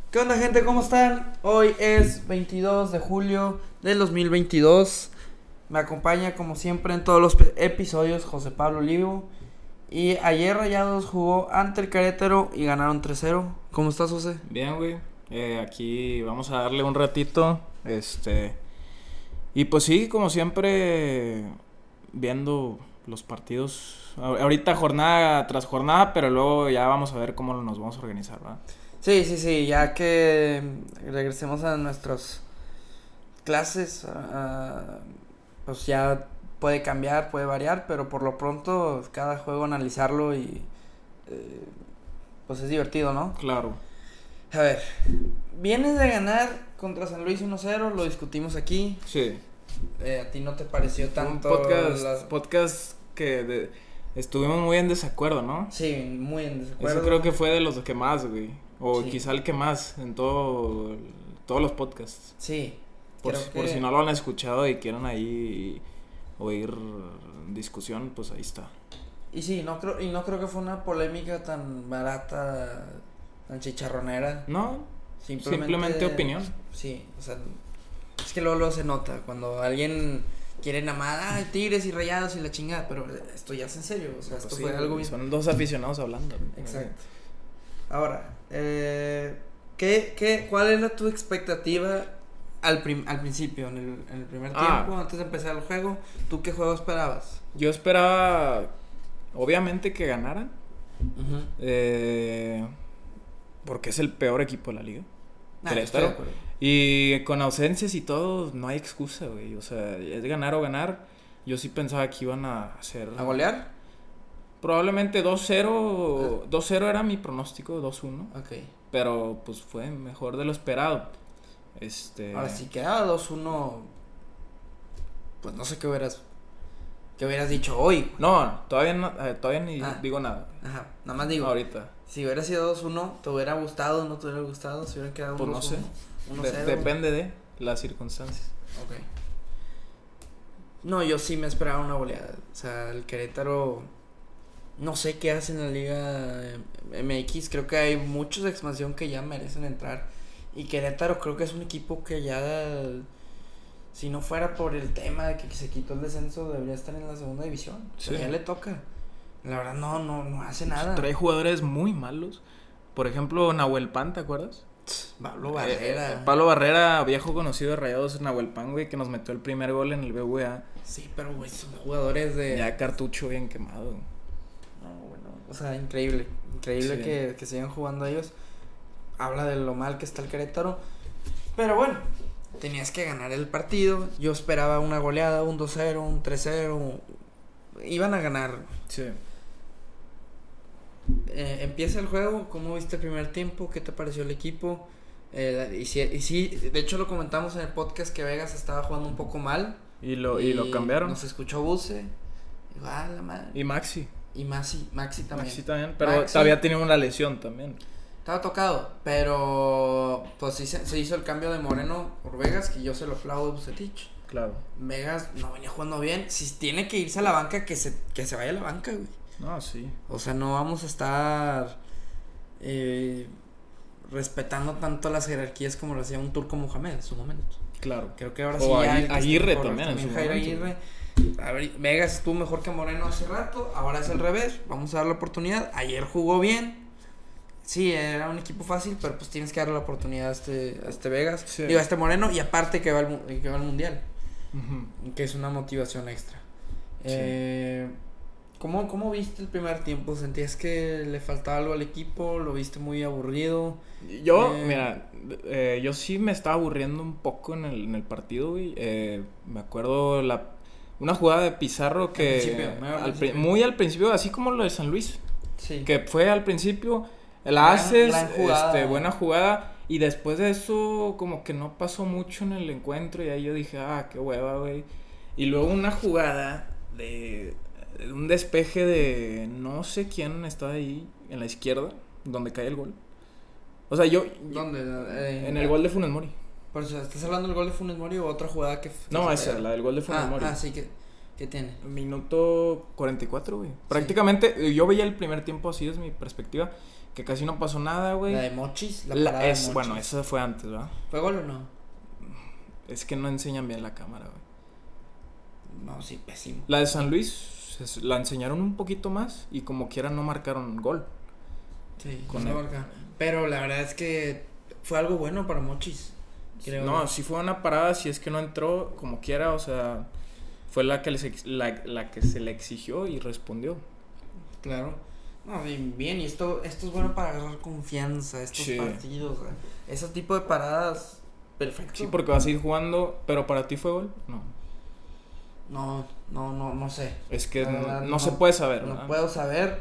¿Qué onda, gente? ¿Cómo están? Hoy es 22 de julio del 2022. Me acompaña como siempre en todos los episodios José Pablo Olivo. Y ayer Rayados jugó ante el Querétaro y ganaron 3-0. ¿Cómo estás, José? Bien, güey. Aquí vamos a darle un ratito. Y pues sí, como siempre, viendo los partidos. Ahorita jornada tras jornada, pero luego ya vamos a ver cómo nos vamos a organizar, ¿verdad? Sí, ya que regresemos a nuestras clases, pues ya puede cambiar, puede variar, pero por lo pronto cada juego analizarlo y pues es divertido, ¿no? Claro. A ver, vienes de ganar contra San Luis 1-0, lo discutimos aquí. Sí. ¿A ti no te pareció tanto? Un podcast que estuvimos muy en desacuerdo, ¿no? Sí, muy en desacuerdo. Eso creo que fue de los que más, güey. O Sí. quizá el que más en todos los podcasts. Sí. Por si no lo han escuchado y quieren ahí oír discusión, pues ahí está. Y sí, no creo que fue una polémica tan barata, tan chicharronera. No, simplemente opinión. Sí, o sea, es que luego se nota cuando alguien quiere nada más, Tigres y Rayados y la chingada, pero esto ya es en serio, o sea, esto Pues fue sí, algo bien. son dos aficionados hablando. Exacto. Ahora, ¿cuál era tu expectativa al principio, en el primer tiempo, antes de empezar el juego? ¿Tú qué juego esperabas? Yo esperaba, obviamente, que ganaran. Uh-huh. Porque es el peor equipo de la liga. Estoy de acuerdo. Y con ausencias y todo, no hay excusa, güey. O sea, es ganar o ganar. Yo sí pensaba que iban a hacer... ¿A golear? Probablemente 2-0. 2-0 era mi pronóstico, 2-1. Ok. Pero pues fue mejor de lo esperado. Ahora, si quedaba 2-1, pues no sé qué hubieras dicho hoy. No, todavía ni digo nada. Ajá, nada más digo. Ahorita. Si hubiera sido 2-1, ¿te hubiera gustado o no te hubiera gustado? Si hubiera quedado 1-2-1. Pues no sé. 1-0. Depende de las circunstancias. Ok. No, yo sí me esperaba una goleada. O sea, el Querétaro, no sé qué hace en la Liga MX. Creo que hay muchos de expansión que ya merecen entrar. Y Querétaro creo que es un equipo que ya, si no fuera por el tema de que se quitó el descenso, debería estar en la segunda división. Sí. O sea, ya le toca. La verdad no hace nada. Trae jugadores muy malos. Por ejemplo, Nahuel Pan, ¿te acuerdas? Pablo Barrera. Pablo Barrera, viejo conocido de Rayados, Nahuel Pan, güey, que nos metió el primer gol en el BVA. Sí, pero güey, son jugadores de... Ya cartucho bien quemado. No, bueno, o sea, increíble sí. que sigan jugando ellos. Habla de lo mal que está el Querétaro. Pero bueno, tenías que ganar el partido. Yo esperaba una goleada, un 2-0, un 3-0. Iban a ganar. Sí. Empieza el juego. ¿Cómo viste el primer tiempo? ¿Qué te pareció el equipo? Y sí, de hecho lo comentamos en el podcast que Vegas estaba jugando un poco mal. Y lo cambiaron. Nos escuchó Buse. Igual, la madre. Y Maxi. Y Maxi también. Maxi también, pero todavía tenía una lesión también. Estaba tocado, pero pues sí se hizo el cambio de Moreno por Vegas, que yo se lo aplaudo a Bucetich. Claro. Vegas no venía jugando bien. Si tiene que irse a la banca, que se vaya a la banca, güey. No, sí. O sea, no vamos a estar respetando tanto las jerarquías como lo hacía un Turco Mohamed en su momento. Claro. Creo que ahora sí ya Aguirre también en su momento. Aguirre. A ver, Vegas estuvo mejor que Moreno hace rato, ahora es al revés. Vamos a darle la oportunidad. Ayer jugó bien. Sí, era un equipo fácil, pero pues tienes que darle la oportunidad a este Vegas. Sí. Digo, a este Moreno, y aparte que va al Mundial. Uh-huh. Que es una motivación extra. Sí. ¿Cómo viste el primer tiempo? ¿Sentías que le faltaba algo al equipo? ¿Lo viste muy aburrido? Mira, yo sí me estaba aburriendo un poco en el partido, güey. Me acuerdo una jugada de Pizarro que... Muy al principio, así como lo de San Luis. Sí. Que fue al principio... buena jugada, y después de eso como que no pasó mucho en el encuentro, y ahí yo dije, qué hueva, güey. Y luego una jugada de un despeje de no sé quién está ahí en la izquierda, donde cae el gol. O sea, ¿Dónde? En el gol de Funes Mori. Por eso, ¿estás hablando del gol de Funes Mori o otra jugada que... No, esa, la del gol de Funes Mori. Sí que... ¿Qué tiene? Minuto 44, güey. Prácticamente, yo veía el primer tiempo, así es mi perspectiva, que casi no pasó nada, güey. La de Mochis, la parada de Mochis. Bueno, esa fue antes, ¿verdad? ¿Fue gol o no? Es que no enseñan bien la cámara, güey. No, sí, pésimo. La de San Luis la enseñaron un poquito más y como quiera no marcaron gol. Sí, con no marca. Pero la verdad es que fue algo bueno para Mochis, creo. No, sí fue una parada, si es que no entró como quiera, o sea, fue la que se le exigió y respondió. Claro. No, bien, y esto es bueno para agarrar confianza, estos partidos, ese tipo de paradas, perfecto. Sí, porque vas a ir jugando, pero para ti fue gol, no sé. Es que no se puede saber, ¿verdad? No puedo saber,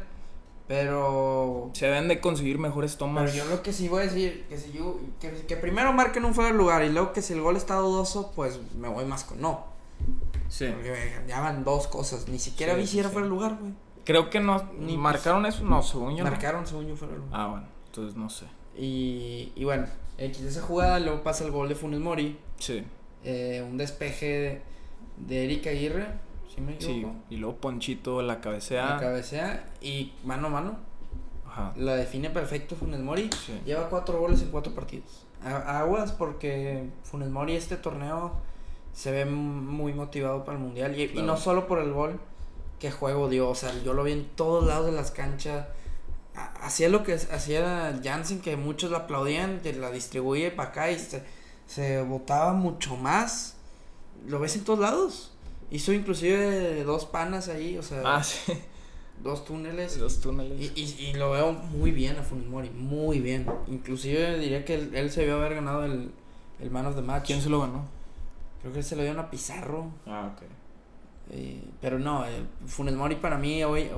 pero se deben de conseguir mejores tomas. Pero yo lo que sí voy a decir, que primero marquen un fuera de lugar y luego que si el gol está dudoso, pues me voy más con no. Sí. Porque ya van dos cosas, ni siquiera vi si era fuera de lugar, güey. Creo que no, ni marcaron eso, no, según yo. Marcaron, según yo, fuera de lugar. Ah, bueno, entonces no sé. Y bueno, esa jugada, luego pasa el gol de Funes Mori. Sí. Un despeje de Eric Aguirre, ¿sí me equivoco? Sí, y luego Ponchito la cabecea. Y mano a mano. Ajá. La define perfecto Funes Mori. Sí. Lleva 4 goles en 4 partidos. Aguas porque Funes Mori este torneo se ve muy motivado para el Mundial. Y no solo por el gol, que juego dio. O sea, yo lo vi en todos lados de las canchas. Hacía lo que hacía Jansen, que muchos la aplaudían, que la distribuye para acá y se botaba mucho más. Lo ves en todos lados. Hizo inclusive 2 panas ahí, o sea. Sí. 2 túneles. Y lo veo muy bien a Funes Mori, muy bien. Inclusive diría que él se vio haber ganado el Man of the Match. ¿Quién se lo ganó? Creo que se lo dio a Pizarro. Ok. Pero no, Funes Mori para mí hoy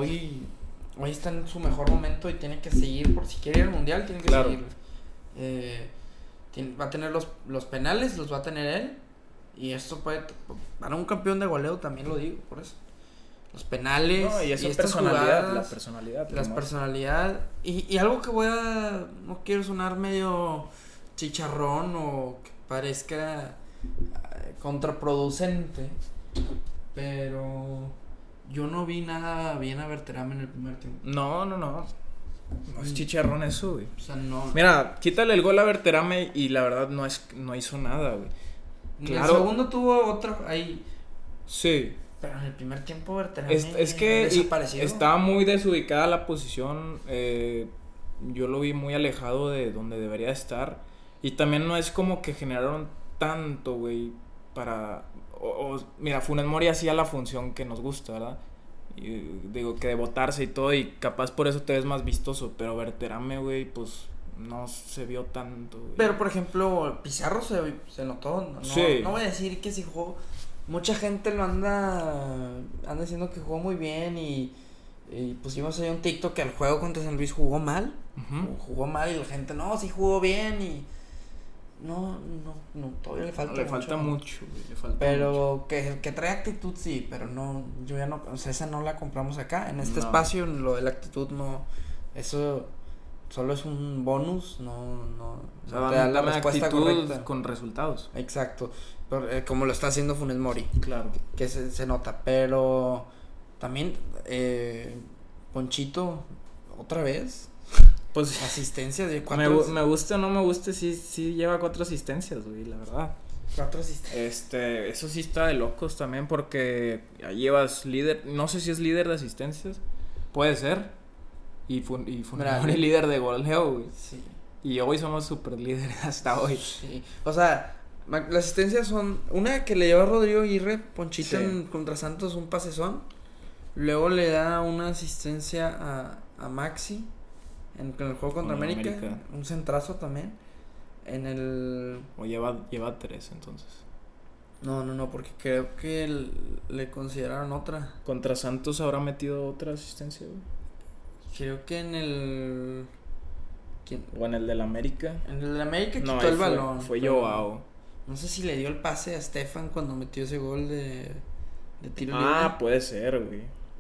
está en su mejor momento y tiene que seguir, por si quiere ir al Mundial, tiene que seguir. Va a tener los penales, los va a tener él. Y esto puede, para un campeón de goleo también lo digo, por eso. Los penales, y esa personalidad, la personalidad. Las personalidad. Y algo que no quiero sonar medio chicharrón o que parezca contraproducente, pero yo no vi nada bien a Berterame en el primer tiempo. No es chicharrón eso, güey. O sea, no. Mira, quítale el gol a Berterame y la verdad no hizo nada, güey. Claro. El segundo tuvo otro ahí. Sí. Pero en el primer tiempo Berterame es que desapareció. Estaba muy desubicada la posición. Yo lo vi muy alejado de donde debería estar. Y también no es como que generaron tanto, güey, para... mira, Funes Mori hacía la función que nos gusta, ¿verdad? Y digo, que de botarse y todo, y capaz por eso te ves más vistoso. Pero Berterame, güey, pues no se vio tanto, güey. Pero, por ejemplo, Pizarro se notó. No voy a decir que si jugó... Mucha gente lo anda diciendo que jugó muy bien y pusimos ahí un TikTok que el juego contra San Luis jugó mal. Uh-huh. Jugó mal y la gente, no, sí jugó bien y... No, todavía le falta mucho. Le falta mucho. Pero que trae actitud sí, pero no, yo ya no, o sea, esa no la compramos acá. En este espacio, lo de la actitud no, eso solo es un bonus, no o sea, te da la respuesta correcta. Con resultados. Exacto, pero, como lo está haciendo Funes Mori. Claro. Que se nota, pero también Ponchito, otra vez. Pues asistencias de 4. Me guste o no me guste, sí lleva 4 asistencias, güey, la verdad. 4 asistencias. Eso sí está de locos también porque ya llevas líder, no sé si es líder de asistencias, puede ser. Y Funes Mori líder de goleo, güey. Sí. Y hoy somos super líderes hasta hoy. Sí. O sea, las asistencias son una que le lleva a Rodrigo Aguirre, Ponchito contra Santos, un pasezón. Luego le da una asistencia a Maxi en el juego contra América, un centrazo también. O lleva 3 entonces. No, porque creo que le consideraron otra. Contra Santos habrá metido otra asistencia, güey. Creo que en el... ¿Quién? O en el del América. En el del América quitó el balón. Fue Joao. No sé si le dio el pase a Stefan cuando metió ese gol de tiro libre. Puede ser, güey.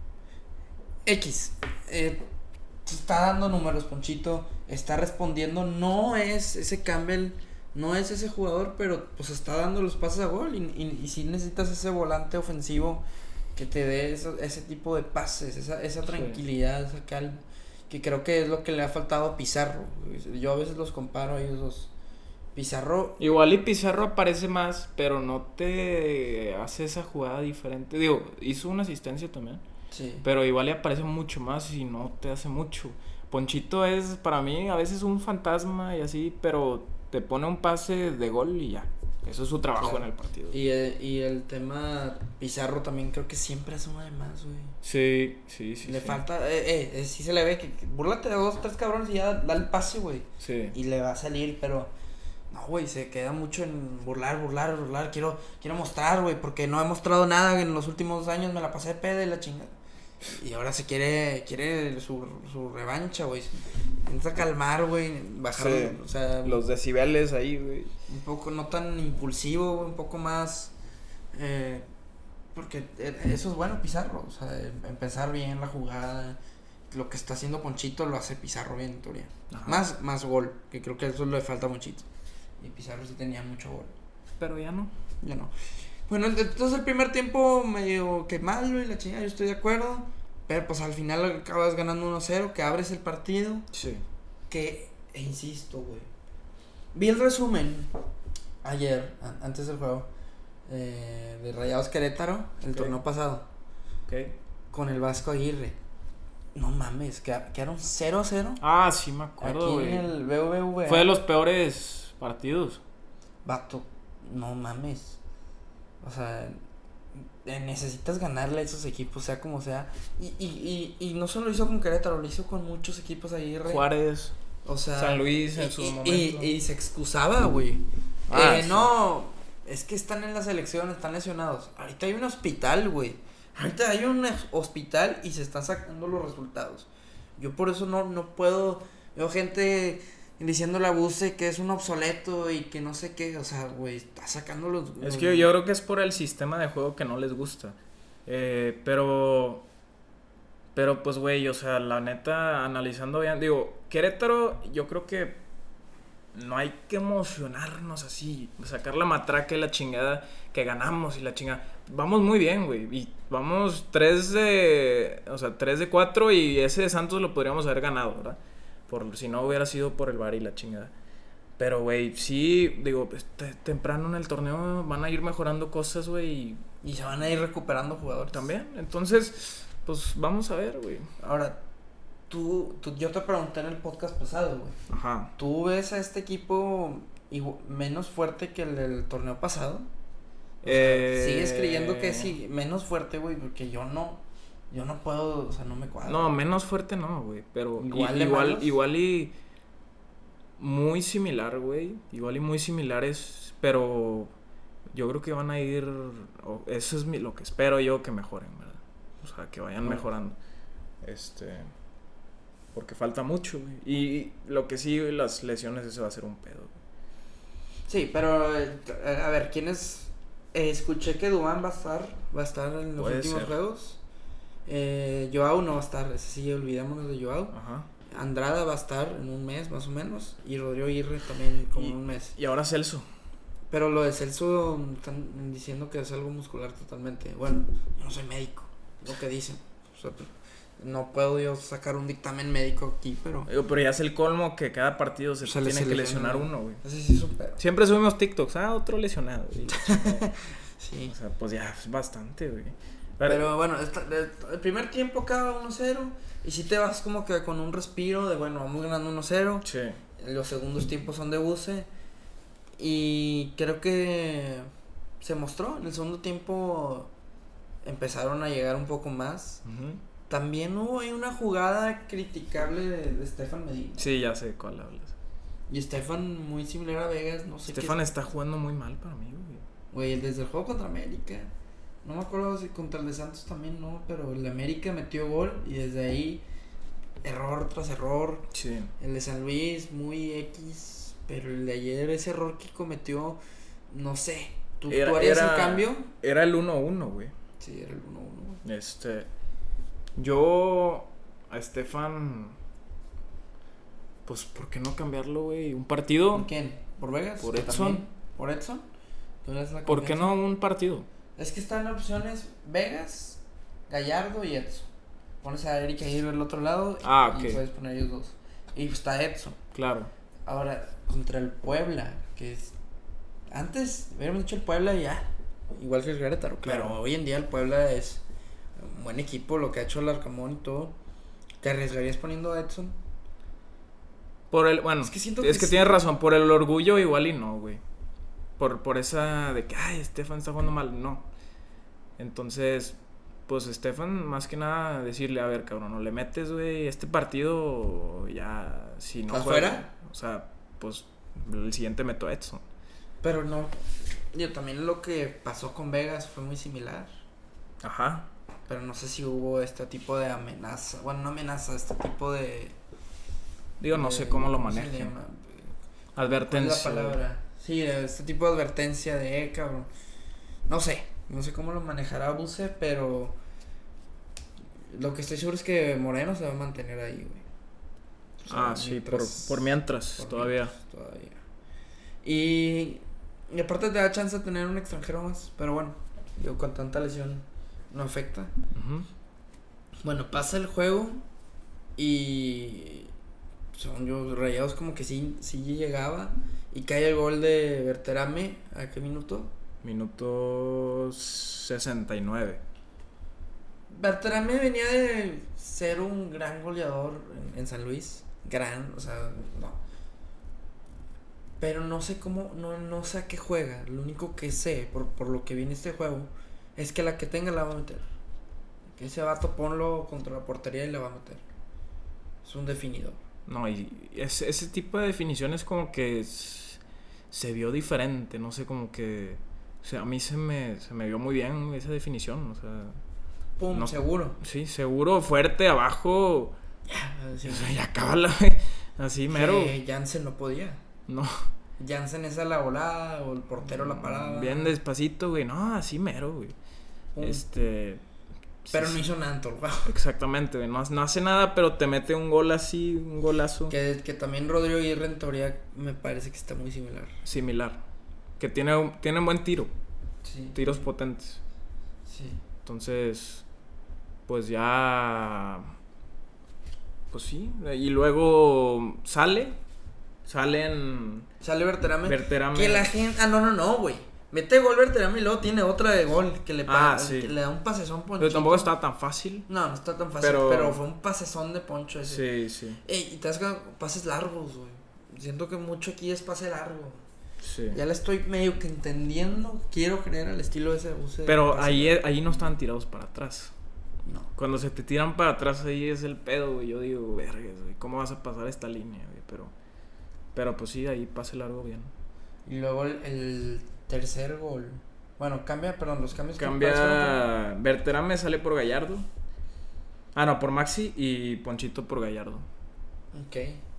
Está dando números, Ponchito. Está respondiendo. No es ese Campbell. No es ese jugador, pero pues está dando los pases a gol. Y si necesitas ese volante ofensivo que te dé ese tipo de pases, esa tranquilidad, esa calma, que creo que es lo que le ha faltado a Pizarro. Yo a veces los comparo a ellos dos. Pizarro... Igual y Pizarro aparece más, pero no te hace esa jugada diferente. Digo, hizo una asistencia también. Sí. Pero igual le aparece mucho más y no te hace mucho. Ponchito es para mí a veces un fantasma y así, pero te pone un pase de gol y ya. Eso es su trabajo, claro, en el partido. Y el tema Pizarro también creo que siempre hace una de más, güey. Sí. Le falta, sí se le ve que búrlate de 2, 3 cabrones y ya da el pase, güey. Sí. Y le va a salir, pero no, güey, se queda mucho en burlar. Quiero mostrar, güey, porque no he mostrado nada en los últimos años, me la pasé de peda y la chingada. Y ahora se quiere su revancha, güey. Intenta calmar, güey, bajar, sí, o sea, los decibeles ahí, güey. Un poco no tan impulsivo, güey, un poco más porque eso es bueno Pizarro, o sea, empezar bien la jugada. Lo que está haciendo Ponchito lo hace Pizarro bien en teoría. Más gol, que creo que eso le falta a Ponchito. Y Pizarro sí tenía mucho gol. Pero ya no. Bueno, entonces el primer tiempo medio que malo y la chingada, yo estoy de acuerdo. Pero pues al final acabas ganando 1-0, que abres el partido. Sí. Insisto, güey. Vi el resumen ayer, antes del juego, de Rayados Querétaro, el torneo pasado. Con el Vasco Aguirre. No mames, quedaron 0-0. Ah, sí me acuerdo, güey. Aquí en el BBVA. Fue de los peores partidos. Vato, no mames. O sea, necesitas ganarle a esos equipos, sea como sea. Y no solo lo hizo con Querétaro, lo hizo con muchos equipos ahí. Juárez, o sea, San Luis en su momento. Y se excusaba, güey. Sí. No, es que están en la selección, están lesionados. Ahorita hay un hospital, güey. Ahorita hay un hospital y se están sacando los resultados. Yo por eso no puedo. Veo gente diciéndole a Buse que es un obsoleto y que no sé qué. O sea, güey, está sacando los. Es que yo creo que es por el sistema de juego que no les gusta. Pero pues, güey, o sea, la neta, analizando bien, digo, Querétaro, yo creo que no hay que emocionarnos así, sacar la matraca y la chingada, que ganamos y la chingada. Vamos muy bien, güey, y vamos 3 de 4 y ese de Santos lo podríamos haber ganado, ¿verdad? Si no hubiera sido por el VAR y la chingada. Pero, güey, sí, digo, temprano en el torneo van a ir mejorando cosas, güey. Y se van a ir recuperando jugadores. También, entonces, pues vamos a ver, güey. Ahora, yo te pregunté en el podcast pasado, güey. Ajá. ¿Tú ves a este equipo menos fuerte que el del torneo pasado? O sea, ¿sigues creyendo que sí, menos fuerte, güey? Porque yo no puedo, o sea, no me cuadra. No, menos fuerte no, güey, pero igual y muy similar, güey. Igual y muy similares, pero yo creo que van a ir, eso es lo que espero yo, que mejoren, ¿verdad? O sea, que vayan mejorando. Porque falta mucho, güey. Y lo que sí, las lesiones, eso va a ser un pedo, güey. Sí, pero a ver, ¿quiénes? Escuché que Duván va a estar en los últimos juegos. Joao no va a estar, ese sí, olvidémonos de Joao. Ajá. Andrada va a estar en un mes más o menos. Y Rodrigo Aguirre también como en un mes. Y ahora Celso. Pero lo de Celso están diciendo que es algo muscular totalmente. Bueno, yo no soy médico, lo que dicen. O sea, no puedo yo sacar un dictamen médico aquí, pero ya es el colmo que cada partido se tiene que lesionar uno, güey. Ese sí es un pedo. Siempre subimos TikToks, otro lesionado. Sí. O sea, pues ya es bastante, güey. Pero bueno, el primer tiempo acaba 1-0 y si te vas como que con un respiro de bueno, vamos ganando 1-0. Sí. Los segundos tiempos son de Buse y creo que se mostró. En el segundo tiempo empezaron a llegar un poco más. Uh-huh. También hubo ahí una jugada criticable de Stefan Medina. Sí, ya sé cuál hablas. Y Stefan muy similar a Vegas, no sé qué. Stefan está jugando muy mal para mí, güey. Güey, desde el juego contra América. No me acuerdo si contra el de Santos también no, pero el de América metió gol y desde ahí error tras error. Sí. El de San Luis muy X, pero el de ayer ese error que cometió, no sé. ¿Tú harías el cambio? Era el 1-1, güey. Sí, era el 1-1. Yo a Stefan, pues, ¿por qué no cambiarlo, güey? ¿Un partido? ¿Por quién? ¿Por Vegas? ¿Por Edson? ¿Por Edson? ¿Por qué no un partido? Es que están opciones Vegas Gallardo y Edson. Pones a Eric Aguirre al otro lado y puedes poner ellos dos. Y está Edson. Claro. Ahora, contra el Puebla, que es... Antes hubiéramos dicho el Puebla y ya, igual que el Querétaro. Claro. Pero hoy en día el Puebla es un buen equipo, lo que ha hecho el Arcamón y todo. ¿Te arriesgarías poniendo a Edson? Bueno, es que tienes razón, por el orgullo igual y no, güey. Por esa de que, ay, Estefan está jugando mal, no. Entonces, pues Estefan, más que nada, decirle, a ver, cabrón, no le metes, güey, este partido ya, si no juega, fuera? O sea, pues el siguiente meto a Edson. Pero no, yo también lo que pasó con Vegas fue muy similar. Ajá. Pero no sé si hubo este tipo de amenaza, bueno, no amenaza, este tipo de... Digo, no sé cómo lo manejan. Advertencia. ¿Cuál es la palabra? Sí, este tipo de advertencia de, cabrón. No sé cómo lo manejará Buse, pero lo que estoy seguro es que Moreno se va a mantener ahí, güey. O sea, sí, por mientras, todavía. Y aparte te da chance de tener un extranjero más, pero bueno, digo, con tanta lesión no afecta. Uh-huh. Bueno, pasa el juego y según yo, Rayados como que sí llegaba y cae el gol de Berterame. ¿A qué minuto? Minuto 69. Berterame venía de ser un gran goleador en San Luis. O sea, no. Pero no sé cómo, no sé a qué juega. Lo único que sé, por lo que viene este juego, es que la que tenga la va a meter. Que ese vato ponlo contra la portería y la va a meter. Es un definidor. No, y ese tipo de definiciones como que se vio diferente, no sé, como que... O sea, a mí se me vio muy bien esa definición, o sea... Pum, no, seguro. Sí, seguro, fuerte, abajo... Sí. O sea, ya acábala, así mero. Jansen no podía. No. Jansen esa la volada o el portero la paraba. Bien despacito, güey, no, así mero, güey. Pero no hizo nada en todo el juego. Exactamente, güey. No hace nada, pero te mete un gol así, un golazo. Que también Rodrigo Aguirre en teoría me parece que está muy similar. Que tiene buen tiro. Sí. Tiros potentes. Sí. Entonces, pues ya... Pues sí. Y luego sale Berterame. Berterame. Que la gente... no, güey. Mete gol Berterame y luego tiene otra de gol que le sí. que le da un pasezón Ponchito. Pero tampoco estaba tan fácil. No está tan fácil, pero fue un pasezón de Poncho ese. Sí. Y te das cuenta, pases largos, güey. Siento que mucho aquí es pase largo. Sí. Ya le estoy medio que entendiendo. Quiero creer al estilo ese use. Pero ahí no estaban tirados para atrás. No. Cuando se te tiran para atrás ahí es el pedo, güey. Yo digo, vergas, güey, ¿cómo vas a pasar esta línea, güey? Pero pues sí, ahí pase largo bien. Y luego el tercer gol. Bueno, los cambios. Cambia. Berterame sale por Gallardo. No, por Maxi y Ponchito por Gallardo. Ok.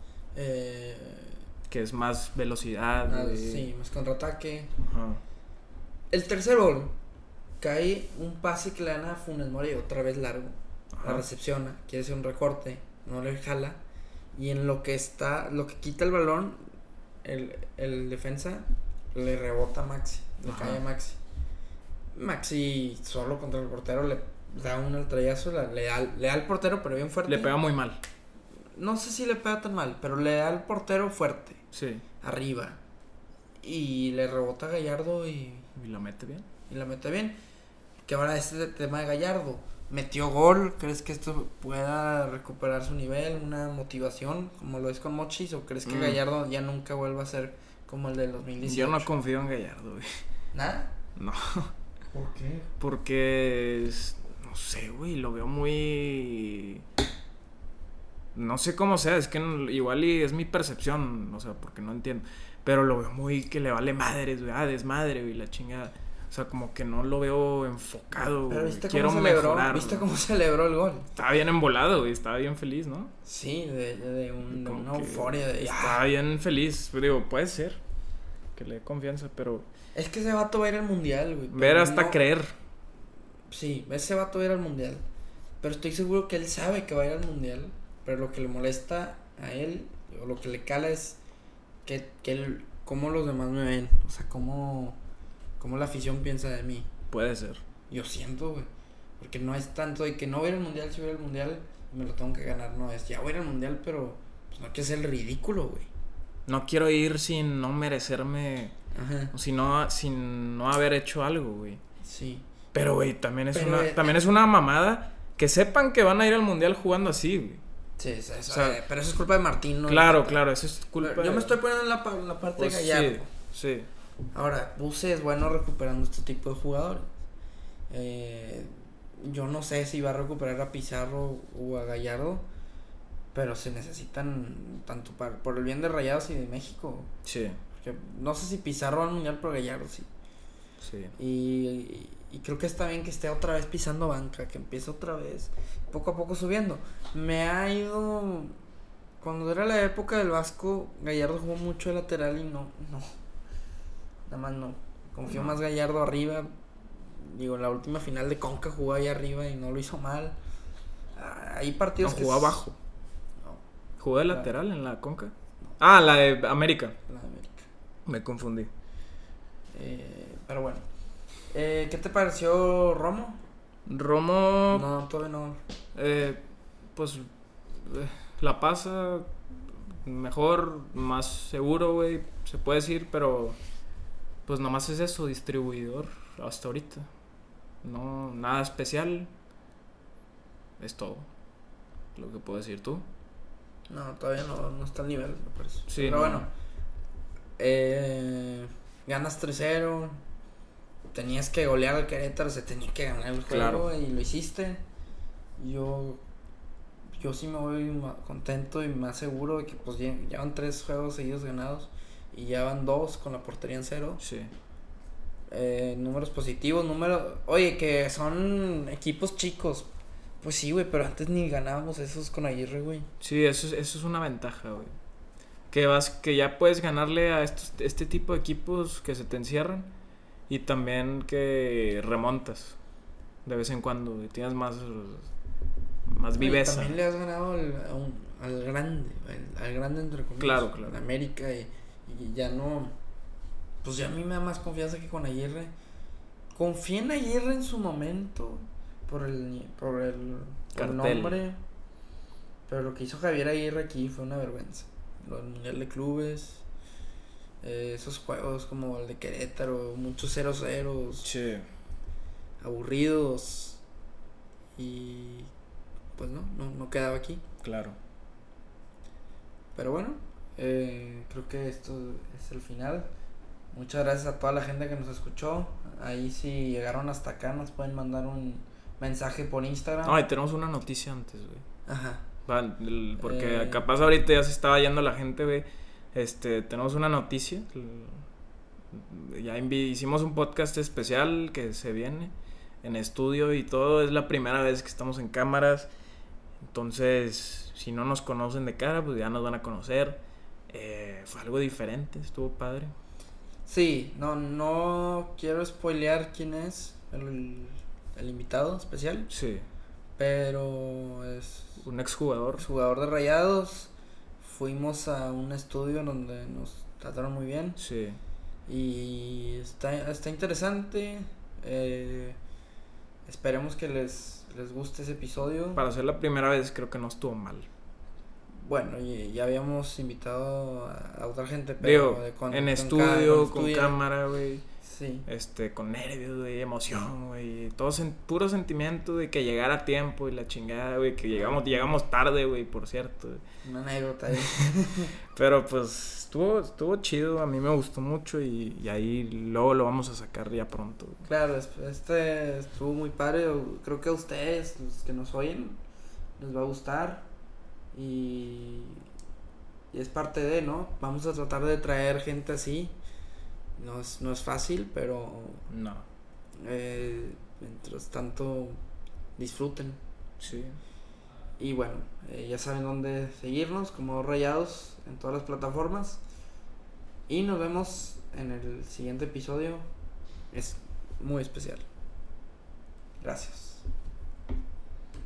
Que es más velocidad. Sí, más contraataque. Ajá. El tercer gol. Cae un pase que le dan a Funes Mori otra vez largo. Ajá. La recepciona. Quiere hacer un recorte. No le jala. Y en lo que quita el balón, el defensa le rebota a Maxi. Le cae a Maxi. Maxi solo contra el portero le da un altrayazo. Le da al portero, pero bien fuerte. Le pega muy mal. No sé si le pega tan mal, pero le da al portero fuerte. Sí. Arriba. Y le rebota a Gallardo y la mete bien. Que ahora este tema de Gallardo. Metió gol. ¿Crees que esto pueda recuperar su nivel? ¿Una motivación como lo es con Mochis? ¿O crees que Gallardo ya nunca vuelva a ser como el del 2018? Yo no confío en Gallardo, güey. ¿Nada? No. ¿Por qué? Porque no sé, güey, lo veo muy... No sé cómo sea, es que igual y es mi percepción, o sea, porque no entiendo. Pero lo veo muy que le vale madres, güey, desmadre, güey, la chingada. O sea, como que no lo veo enfocado, pero ¿viste quiero mejorar. ¿Viste cómo celebró el gol? Estaba bien embolado, güey, estaba bien feliz, ¿no? Sí, de una euforia. Estaba bien feliz, pero digo, puede ser que le dé confianza, pero... Es que ese vato va a ir al mundial, güey. Ver hasta creer. Sí, ese vato va a ir al mundial. Pero estoy seguro que él sabe que va a ir al mundial. Pero lo que le molesta a él, o lo que le cala es que él, cómo los demás me ven. O sea, cómo la afición piensa de mí. Puede ser. Yo siento, güey. Porque no es tanto de que no voy a ir al mundial, si voy al mundial me lo tengo que ganar, no, es ya voy a ir al mundial, pero pues no quiero ser el ridículo, güey. No quiero ir sin no merecerme, Ajá. o sin no haber hecho algo, güey. Sí. Pero, güey, también es una mamada que sepan que van a ir al mundial jugando así, güey. Sí, pero eso es culpa de Martín, ¿no? Claro, eso es culpa Yo me estoy poniendo en la parte pues, de Gallardo. Sí. Ahora, Buse es bueno recuperando este tipo de jugadores. Yo no sé si va a recuperar a Pizarro o a Gallardo, pero se necesitan tanto por el bien de Rayados y de México. Sí. Porque no sé si Pizarro va al mundial, pero Gallardo sí. Sí. Y creo que está bien que esté otra vez pisando banca, que empiece otra vez, poco a poco subiendo. Me ha ido... Cuando era la época del Vasco, Gallardo jugó mucho de lateral y no. Nada más no. Confío más Gallardo arriba. Digo, en la última final de Conca jugó ahí arriba y no lo hizo mal. Hay partidos que... jugó abajo. No. ¿Jugó de lateral en la Conca? No. La de América. La de América. Me confundí. Pero bueno. ¿Qué te pareció Romo? No, todavía no. Pues la pasa mejor, más seguro, güey, se puede decir, pero pues nomás es eso, distribuidor hasta ahorita. No, nada especial. Es todo lo que puedo decir. ¿Tú? No, todavía no está al nivel, me parece. Sí, pero no. Bueno. Ganas 3-0. Tenías que golear al Querétaro, se tenía que ganar el juego, claro. Y lo hiciste. Yo sí me voy contento y más seguro de que pues ya van 3 juegos seguidos ganados y ya van 2 con la portería en 0. Sí. Números positivos, oye, que son equipos chicos. Pues sí, güey, pero antes ni ganábamos esos con Aguirre, güey. Sí, eso es una ventaja, güey. Que ya puedes ganarle a este tipo de equipos que se te encierran y también que remontas de vez en cuando y tienes más viveza. Y también le has ganado al grande, al grande entre comillas. Claro. En América y ya no. Pues ya a mí me da más confianza que con Aguirre. Confié en Aguirre en su momento por el nombre, pero lo que hizo Javier Aguirre aquí fue una vergüenza. Lo del Mundial de Clubes, esos juegos como el de Querétaro, muchos 0-0, sí, aburridos, y pues no quedaba aquí. Claro. Pero bueno, creo que esto es el final. Muchas gracias a toda la gente que nos escuchó. Ahí si llegaron hasta acá nos pueden mandar un mensaje por Instagram. Ay, tenemos una noticia antes, güey. Ajá. Porque capaz ahorita ya se estaba yendo la gente, güey. Tenemos una noticia. Ya hicimos un podcast especial que se viene en estudio y todo. Es la primera vez que estamos en cámaras. Entonces, si no nos conocen de cara, pues ya nos van a conocer. Fue algo diferente, estuvo padre. Sí, no quiero spoilear quién es el invitado especial. Sí. Pero es un exjugador de Rayados. Fuimos a un estudio donde nos trataron muy bien. Sí. Y está interesante. Esperemos que les guste ese episodio. Para ser la primera vez creo que no estuvo mal. Bueno, ya habíamos invitado a otra gente, pero en estudio, con cámara, güey. Sí. Con nervios, güey, emoción, güey. Todo puro sentimiento de que llegara a tiempo y la chingada, güey. Que llegamos tarde, güey, por cierto. Una anécdota ahí. Pero pues estuvo chido, a mí me gustó mucho y ahí luego lo vamos a sacar ya pronto. Güey. Claro, estuvo muy padre. Creo que a ustedes, los que nos oyen, les va a gustar. Y es parte de, ¿no? Vamos a tratar de traer gente así. No es fácil, pero no. Mientras tanto disfruten. Sí. Y bueno, ya saben dónde seguirnos, como Rayados en todas las plataformas. Y nos vemos en el siguiente episodio. Es muy especial. Gracias.